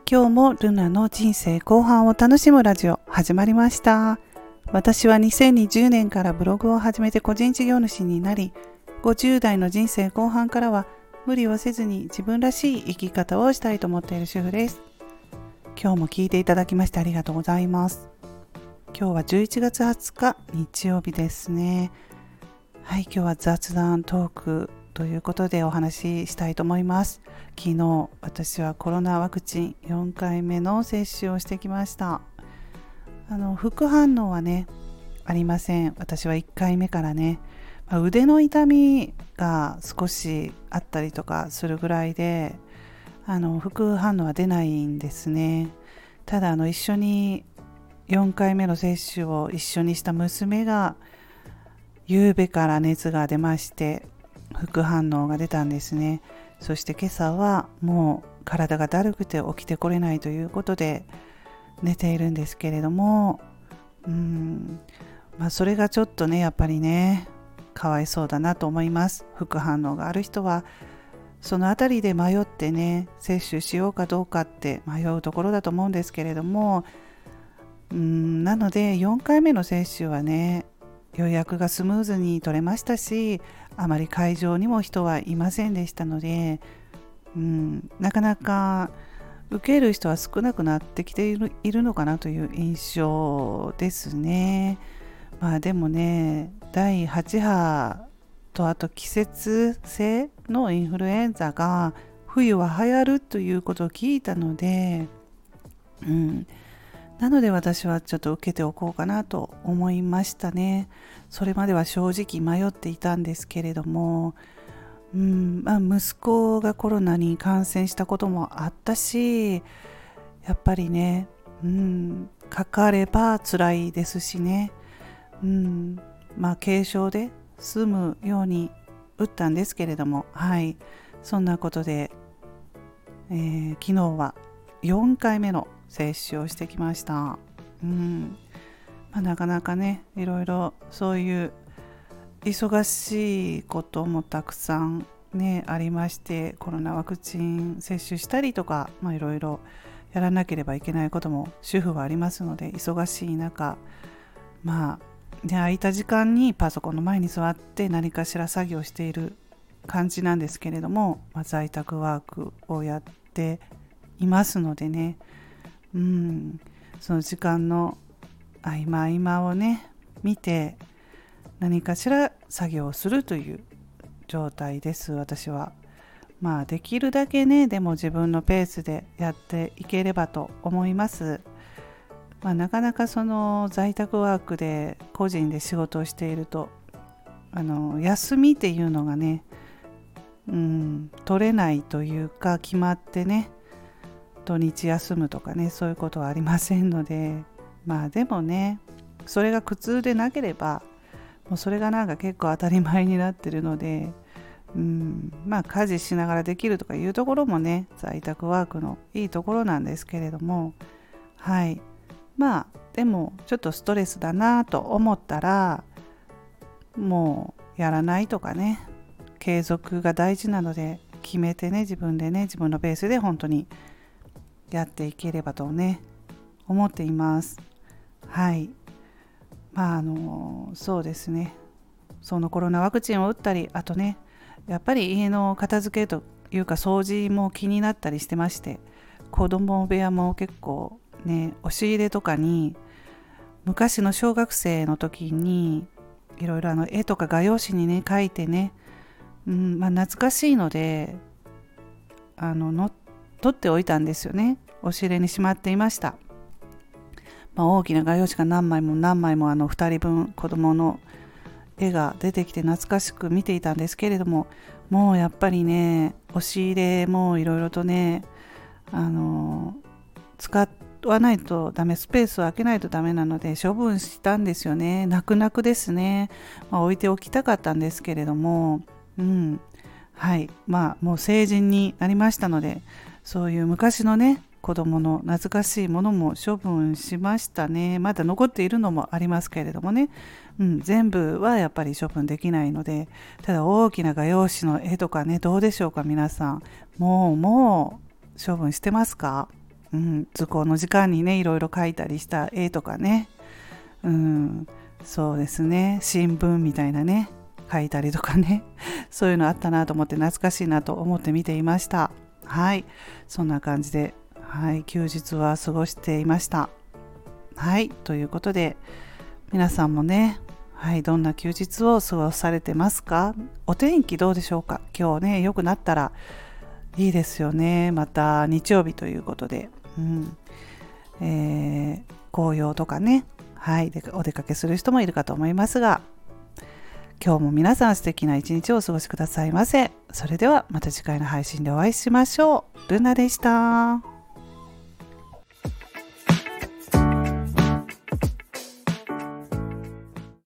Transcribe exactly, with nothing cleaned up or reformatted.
今日もルナの人生後半を楽しむラジオ始まりました。私はにせんにじゅうねんからブログを始めて個人事業主になり、ごじゅう代の人生後半からは無理をせずに自分らしい生き方をしたいと思っている主婦です。今日も聞いていただきましてありがとうございます。今日はじゅういちがつはつか日曜日ですね。はい、今日は雑談トークということでお話ししたいと思います。昨日私はコロナワクチンよんかいめの接種をしてきました。あの副反応はねありません。私はいっかいめからね、まあ、腕の痛みが少しあったりとかするぐらいで、あの副反応は出ないんですね。ただあの一緒によんかいめの接種を一緒にした娘が夕べから熱が出まして副反応が出たんですね。そして今朝はもう体がだるくて起きてこれないということで寝ているんですけれども、うーんまあそれがちょっとねやっぱりねかわいそうだなと思います。副反応がある人はそのあたりで迷ってね接種しようかどうかって迷うところだと思うんですけれども、うーんなのでよんかいめの接種はね予約がスムーズに取れましたし、あまり会場にも人はいませんでしたので、うん、なかなか受ける人は少なくなってきている、いるのかなという印象ですね。まあでもね、だいはち波とあと季節性のインフルエンザが冬は流行るということを聞いたので、うん、なので私はちょっと受けておこうかなと思いましたね。それまでは正直迷っていたんですけれども、うんまあ、息子がコロナに感染したこともあったし、やっぱりね、うん、かかれば辛いですしね、うんまあ、軽症で済むように打ったんですけれども、はい、そんなことで、えー、昨日はよんかいめの接種をしてきました。うんまあ、なかなかねいろいろそういう忙しいこともたくさんねありまして、コロナワクチン接種したりとか、まあ、いろいろやらなければいけないことも主婦はありますので、忙しい中、まあ、ね、空いた時間にパソコンの前に座って何かしら作業している感じなんですけれども、まあ、在宅ワークをやっていますのでね、うんその時間の合間合間をね見て何かしら作業をするという状態です。私はまあできるだけねでも自分のペースでやっていければと思います。まあ、なかなかその在宅ワークで個人で仕事をしているとあの休みっていうのがね、うん、取れないというか決まってね土日休むとかねそういうことはありませんので、まあでもねそれが苦痛でなければもうそれがなんか結構当たり前になってるので、うんまあ家事しながらできるとかいうところもね在宅ワークのいいところなんですけれども、はいまあでもちょっとストレスだなと思ったらもうやらないとかね、継続が大事なので決めてね自分でね自分のペースで本当にやっていければとね思っています。はいまああのそうですね、そのコロナワクチンを打ったり、あとねやっぱり家の片付けというか掃除も気になったりしてまして、子供部屋も結構ね押し入れとかに昔の小学生の時にいろいろあの絵とか画用紙にね描いてね、うんまあ、懐かしいのであのの取っておいたんですよね。押し入れにしまっていました。まあ、大きな画用紙が何枚も何枚もあのふたりぶん子供の絵が出てきて懐かしく見ていたんですけれども、もうやっぱりね押し入れもいろいろとねあの使わないとダメ、スペースを空けないとダメなので処分したんですよね。泣く泣くですね、まあ、置いておきたかったんですけれども、うんはいまあもう成人になりましたので、そういう昔のね子供の懐かしいものも処分しましたね。まだ残っているのもありますけれどもね、うん、全部はやっぱり処分できないので、ただ大きな画用紙の絵とかねどうでしょうか皆さん、もうもう処分してますか？ うん、図工の時間にねいろいろ描いたりした絵とかね、うん、そうですね、新聞みたいなね描いたりとかねそういうのあったなと思って懐かしいなと思って見ていました。はい、そんな感じで、はい、休日は過ごしていました。はい、ということで皆さんもね、はい、どんな休日を過ごされてますか？お天気どうでしょうか？今日ね良くなったらいいですよね。また日曜日ということで、うんえー、紅葉とかね、はい、でお出かけする人もいるかと思いますが、今日も皆さん素敵な一日をお過ごしくださいませ。それではまた次回の配信でお会いしましょう。ルナでした。